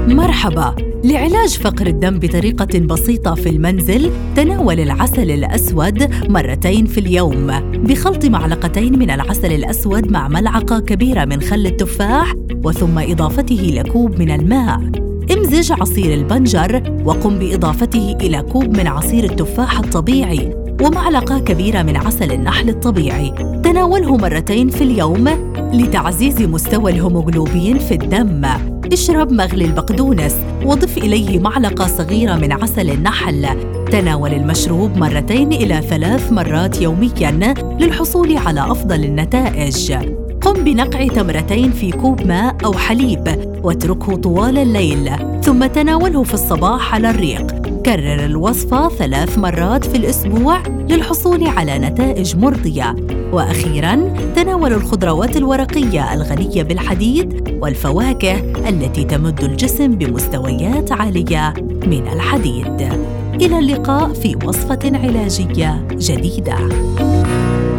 مرحبا. لعلاج فقر الدم بطريقة بسيطة في المنزل، تناول العسل الأسود مرتين في اليوم بخلط معلقتين من العسل الأسود مع ملعقة كبيرة من خل التفاح، وثم إضافته لكوب من الماء. امزج عصير البنجر وقم بإضافته إلى كوب من عصير التفاح الطبيعي ومعلقة كبيرة من عسل النحل الطبيعي. تناوله مرتين في اليوم لتعزيز مستوى الهيموغلوبين في الدم. اشرب مغلي البقدونس وضف إليه معلقة صغيرة من عسل النحل. تناول المشروب 2 إلى 3 مرات يومياً للحصول على أفضل النتائج. قم بنقع تمرتين في كوب ماء أو حليب واتركه طوال الليل، ثم تناوله في الصباح على الريق. كرر الوصفة 3 مرات في الأسبوع للحصول على نتائج مرضية. وأخيراً، تناول الخضروات الورقية الغنية بالحديد والفواكه التي تمد الجسم بمستويات عالية من الحديد. إلى اللقاء في وصفة علاجية جديدة.